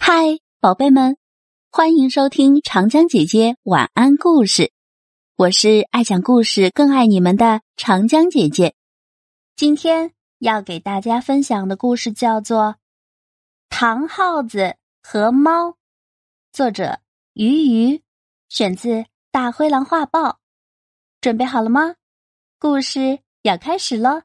嗨，宝贝们，欢迎收听长江姐姐晚安故事。我是爱讲故事更爱你们的长江姐姐。今天要给大家分享的故事叫做《唐耗子和猫》，作者鱼鱼，选自大灰狼画报。准备好了吗？故事要开始咯。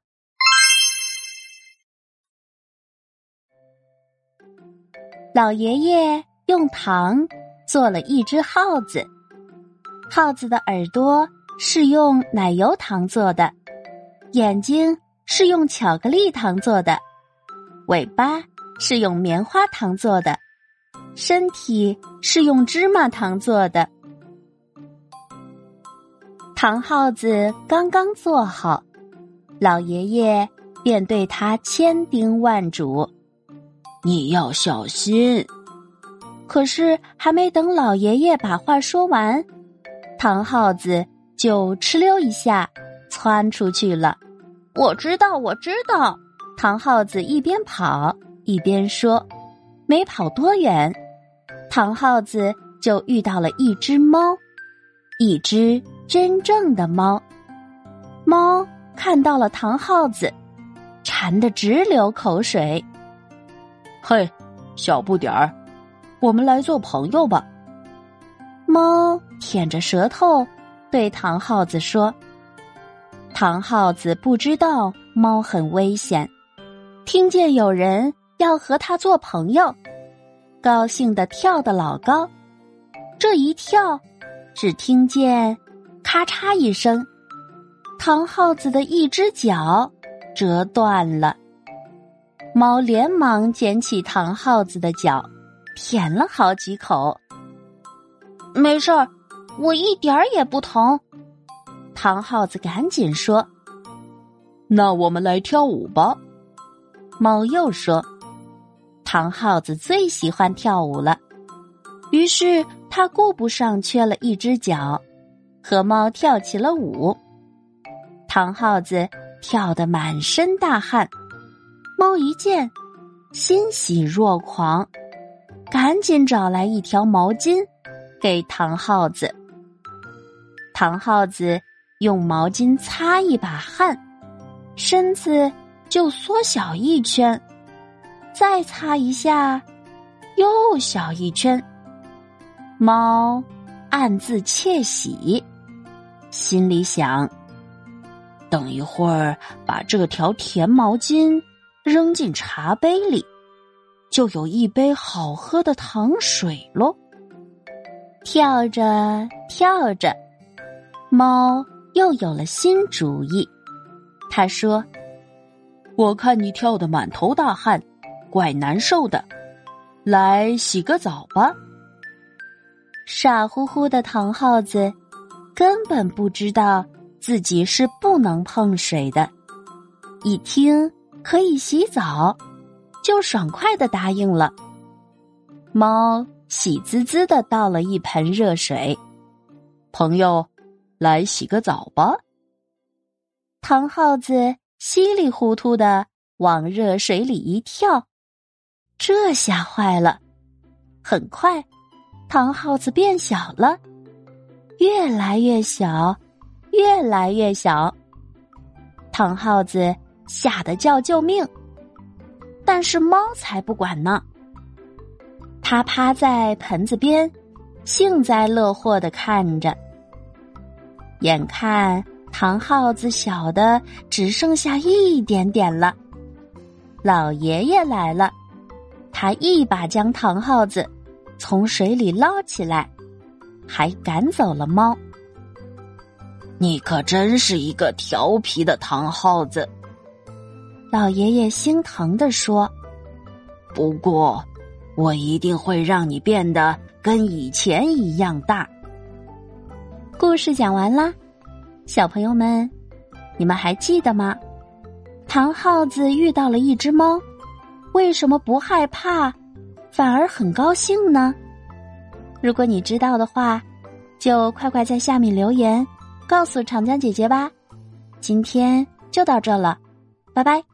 老爷爷用糖做了一只耗子，耗子的耳朵是用奶油糖做的，眼睛是用巧克力糖做的，尾巴是用棉花糖做的，身体是用芝麻糖做的。糖耗子刚刚做好，老爷爷便对他千叮万嘱，你要小心。可是还没等老爷爷把话说完，糖耗子就哧溜一下窜出去了。我知道。糖耗子一边跑一边说。没跑多远，糖耗子就遇到了一只猫，一只真正的猫。猫看到了糖耗子，馋得直流口水。 嘿，小不点儿，我们来做朋友吧。 猫舔着舌头对糖耗子说。糖耗子不知道猫很危险，听见有人要和他做朋友，高兴地跳得老高。这一跳，只听见咔嚓一声，糖耗子的一只脚折断了。猫连忙捡起糖耗子的脚，舔了好几口。没事儿，我一点儿也不疼。糖耗子赶紧说。 那我们来跳舞吧。 猫又说。糖耗子最喜欢跳舞了，于是他顾不上缺了一只脚，和猫跳起了舞。糖耗子跳得满身大汗，猫一见，欣喜若狂，赶紧找来一条毛巾给糖耗子。糖耗子用毛巾擦一把汗，身子就缩小一圈，再擦一下，又小一圈。猫暗自窃喜，心里想，等一会儿把这条甜毛巾扔进茶杯里，就有一杯好喝的糖水咯。跳着跳着，猫又有了新主意。他说， 我看你跳得满头大汗，怪难受的，来洗个澡吧。 傻乎乎的糖耗子根本不知道自己是不能碰水的，一听可以洗澡，就爽快地答应了。猫喜滋滋地倒了一盆热水。 朋友，来洗个澡吧。 糖耗子稀里糊涂地往热水里一跳，这下坏了。很快，糖耗子变小了，越来越小，越来越小。糖耗子吓得叫救命，但是猫才不管呢。它趴在盆子边，幸灾乐祸地看着。眼看糖耗子小的只剩下一点点了，老爷爷来了，他一把将糖耗子从水里捞起来，还赶走了猫。 你可真是一个调皮的糖耗子， 老爷爷心疼地说。 不过，我一定会让你变得跟以前一样大。 故事讲完啦，小朋友们，你们还记得吗？糖耗子遇到了一只猫，为什么不害怕，反而很高兴呢？如果你知道的话，就快快在下面留言，告诉长江姐姐吧。今天就到这了，拜拜。